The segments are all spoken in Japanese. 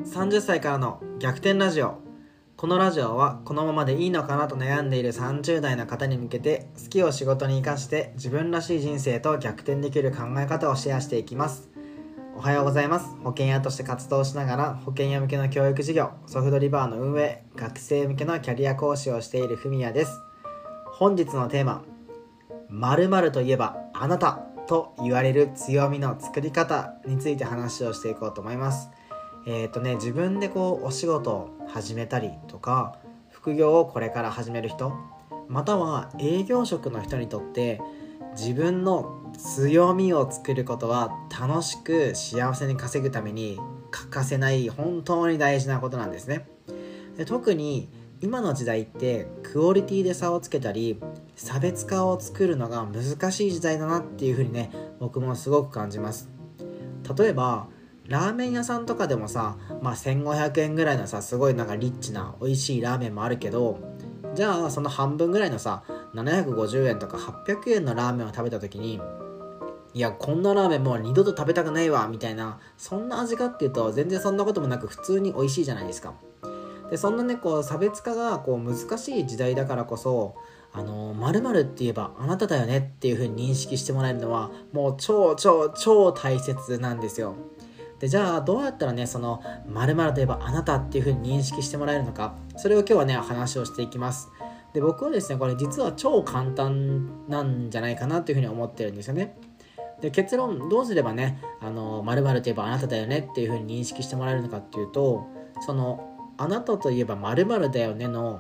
30歳からの逆転ラジオ。このラジオはこのままでいいのかなと悩んでいる30代の方に向けて、好きを仕事に生かして自分らしい人生と逆転できる考え方をシェアしていきます。おはようございます。保険屋として活動しながら保険屋向けの教育事業ソフトリバーの運営、学生向けのキャリア講師をしているふみやです。本日のテーマ、〇〇といえばあなたと言われる強みの作り方について話をしていこうと思います。自分でお仕事を始めたりとか、副業をこれから始める人、または営業職の人にとって自分の強みを作ることは楽しく幸せに稼ぐために欠かせない本当に大事なことなんですね。で、特に今の時代ってクオリティで差をつけたり差別化を作るのが難しい時代だなっていうふうに僕もすごく感じます。例えばラーメン屋さんとかでもさ、1500円ぐらいのすごいリッチな美味しいラーメンもあるけど、じゃあその半分ぐらいの750円とか800円のラーメンを食べた時に、いやこんなラーメンもう二度と食べたくないわみたいな、そんな味かっていうと全然そんなこともなく普通に美味しいじゃないですか。で、そんな差別化が難しい時代だからこそ、〇〇って言えばあなただよねっていう風に認識してもらえるのはもう超大切なんですよ。で、じゃあどうやったらその〇〇といえばあなたっていう風に認識してもらえるのか、それを今日は話をしていきます。で、僕はこれ実は超簡単なんじゃないかなという風に思ってるんですよね。で、結論どうすれば〇〇といえばあなただよねっていう風に認識してもらえるのかっていうと、そのあなたといえば〇〇だよねの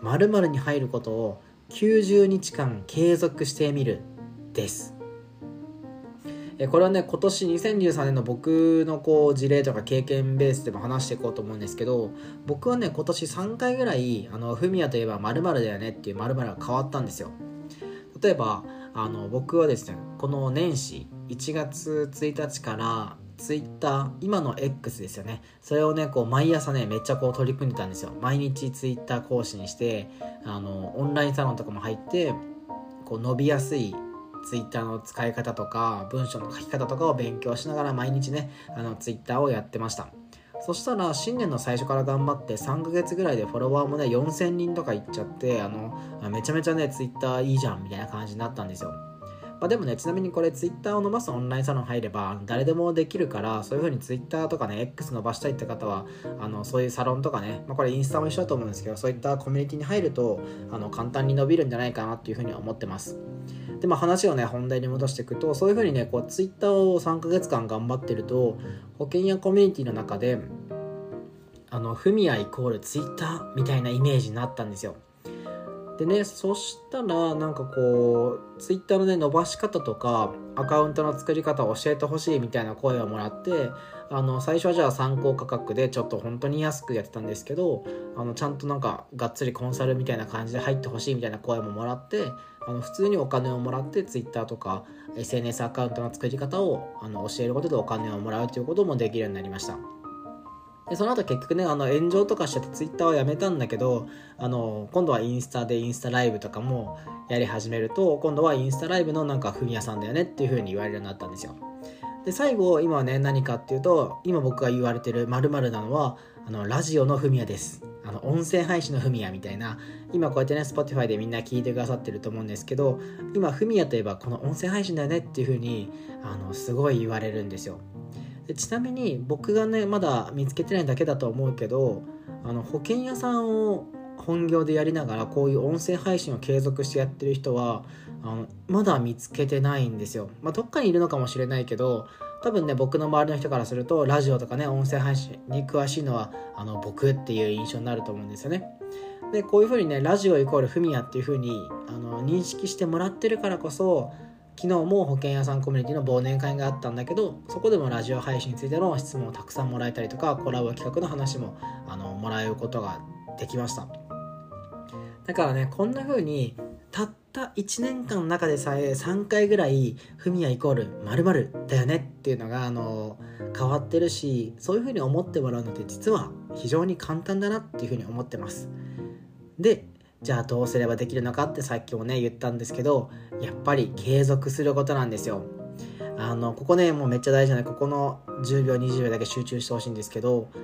〇〇に入ることを90日間継続してみるです。これは今年2013年の僕の事例とか経験ベースでも話していこうと思うんですけど、僕は今年3回ぐらいフミヤといえば〇〇だよねっていう〇〇が変わったんですよ。例えば僕はこの年始1月1日からツイッター、今の X ですよね、それを毎朝めっちゃ取り組んでたんですよ。毎日ツイッター更新してオンラインサロンとかも入って伸びやすいツイッターの使い方とか文章の書き方とかを勉強しながら毎日ツイッターをやってました。そしたら新年の最初から頑張って3ヶ月ぐらいでフォロワーも4000人とかいっちゃって、めちゃめちゃツイッターいいじゃんみたいな感じになったんですよ。でもちなみにこれツイッターを伸ばすオンラインサロン入れば誰でもできるから、そういう風にツイッターとかX 伸ばしたいって方はそういうサロンとかこれインスタも一緒だと思うんですけど、そういったコミュニティに入ると簡単に伸びるんじゃないかなっていう風に思ってます。で、話を本題に戻していくと、そういう風にツイッターを3ヶ月間頑張ってると、保険やコミュニティの中でフミヤイコールツイッターみたいなイメージになったんですよ。でそしたらツイッターの伸ばし方とかアカウントの作り方を教えてほしいみたいな声をもらって、最初はじゃあ参考価格でちょっと本当に安くやってたんですけど、ちゃんとがっつりコンサルみたいな感じで入ってほしいみたいな声ももらって、普通にお金をもらってツイッターとか SNS アカウントの作り方を教えることでお金をもらうということもできるようになりました。で、その後結局炎上とかしててツイッターをやめたんだけど、今度はインスタでインスタライブとかもやり始めると、今度はインスタライブのフミヤさんだよねっていう風に言われるようになったんですよ。で、最後今は何かっていうと、今僕が言われてる〇〇なのはラジオのフミヤです。音声配信のフミヤみたいな、今こうやってSpotify でみんな聞いてくださってると思うんですけど、今フミヤといえばこの音声配信だよねっていう風にすごい言われるんですよ。で、ちなみに僕がまだ見つけてないだけだと思うけど、保険屋さんを本業でやりながらこういう音声配信を継続してやってる人はまだ見つけてないんですよ。どっかにいるのかもしれないけど、多分僕の周りの人からするとラジオとか音声配信に詳しいのは僕っていう印象になると思うんですよね。で、こういう風にラジオイコールフミヤっていう風に認識してもらってるからこそ、昨日も保険屋さんコミュニティの忘年会があったんだけど、そこでもラジオ配信についての質問をたくさんもらえたりとか、コラボ企画の話ももらえることができました。だからこんな風にたった1年間の中でさえ3回ぐらいフミヤイコール〇〇だよねっていうのが変わってるし、そういう風に思ってもらうのって実は非常に簡単だなっていう風に思ってます。で、じゃあどうすればできるのかってさっきも言ったんですけど、やっぱり継続することなんですよ。ここもうめっちゃ大事なので、ここの10秒20秒だけ集中してほしいんですけど、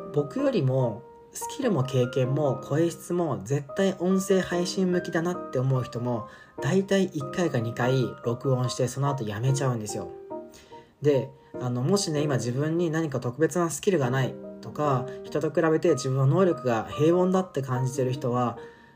僕よりもスキルも経験も声質も絶対音声配信向きだなって思う人もだいたい1回か2回録音してその後やめちゃうんですよ。でもしね今自分に何か特別なスキルがないとか人と比べて自分の能力が平凡だって感じてる人は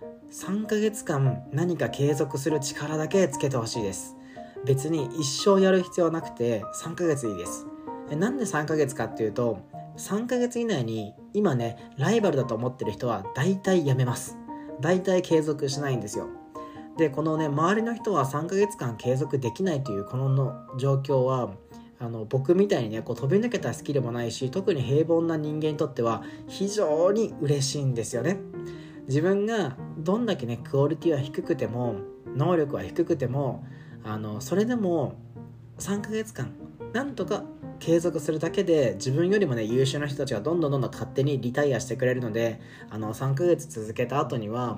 3ヶ月間何か継続する力だけつけてほしいです。別に一生やる必要なくて3ヶ月でいいです。なんで3ヶ月かっていうと3ヶ月以内に今ねライバルだと思ってる人は大体やめます。大体継続しないんですよ。でこのね周りの人は3ヶ月間継続できないというこの状況は僕みたいにねこう飛び抜けたスキルもないし特に平凡な人間にとっては非常に嬉しいんですよね。自分がどんだけねクオリティは低くても能力は低くてもそれでも3ヶ月間なんとか継続するだけで自分よりもね優秀な人たちがどんどん勝手にリタイアしてくれるので3ヶ月続けた後には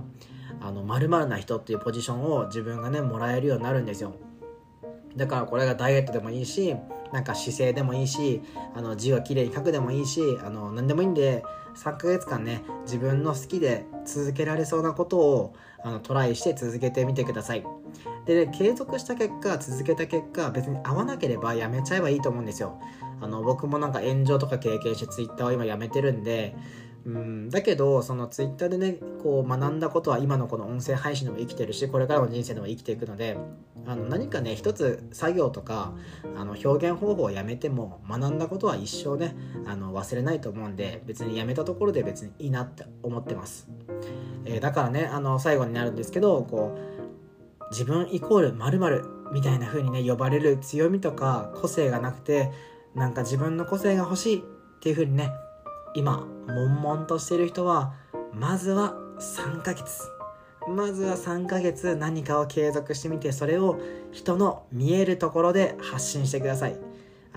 〇〇な人っていうポジションを自分がねもらえるようになるんですよ。だからこれがダイエットでもいいしなんか姿勢でもいいし字をきれいに書くでもいいし何でもいいんで3ヶ月間ね自分の好きで続けられそうなことをトライして続けてみてください。で、継続した結果続けた結果別に合わなければやめちゃえばいいと思うんですよ。僕もなんか炎上とか経験してツイッターを今やめてるんでだけどそのツイッターでねこう学んだことは今のこの音声配信でも生きてるしこれからの人生でも生きていくので何かね一つ作業とか表現方法をやめても学んだことは一生ね忘れないと思うんで別にやめたところで別にいいなって思ってます。だからね最後になるんですけどこう自分イコール〇〇みたいな風にね呼ばれる強みとか個性がなくてなんか自分の個性が欲しいっていう風にね今悶々としている人はまずは3ヶ月何かを継続してみてそれを人の見えるところで発信してください。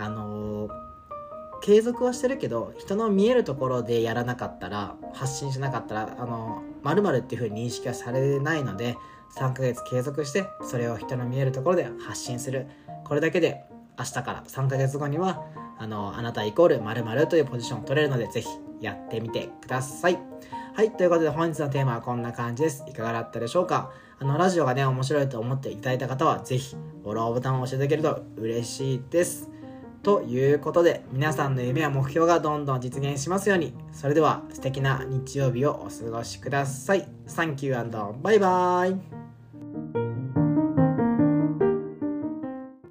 継続はしてるけど人の見えるところでやらなかったら発信しなかったら〇〇っていう風に認識はされないので3ヶ月継続してそれを人の見えるところで発信する。これだけで明日から3ヶ月後にはあなたイコール〇〇というポジションを取れるのでぜひやってみてください。はい、ということで本日のテーマはこんな感じです。いかがだったでしょうか。ラジオがね面白いと思っていただいた方はぜひフォローボタンを押していただけると嬉しいです。ということで皆さんの夢や目標がどんどん実現しますように。それでは素敵な日曜日をお過ごしください。Thank you and bye bye。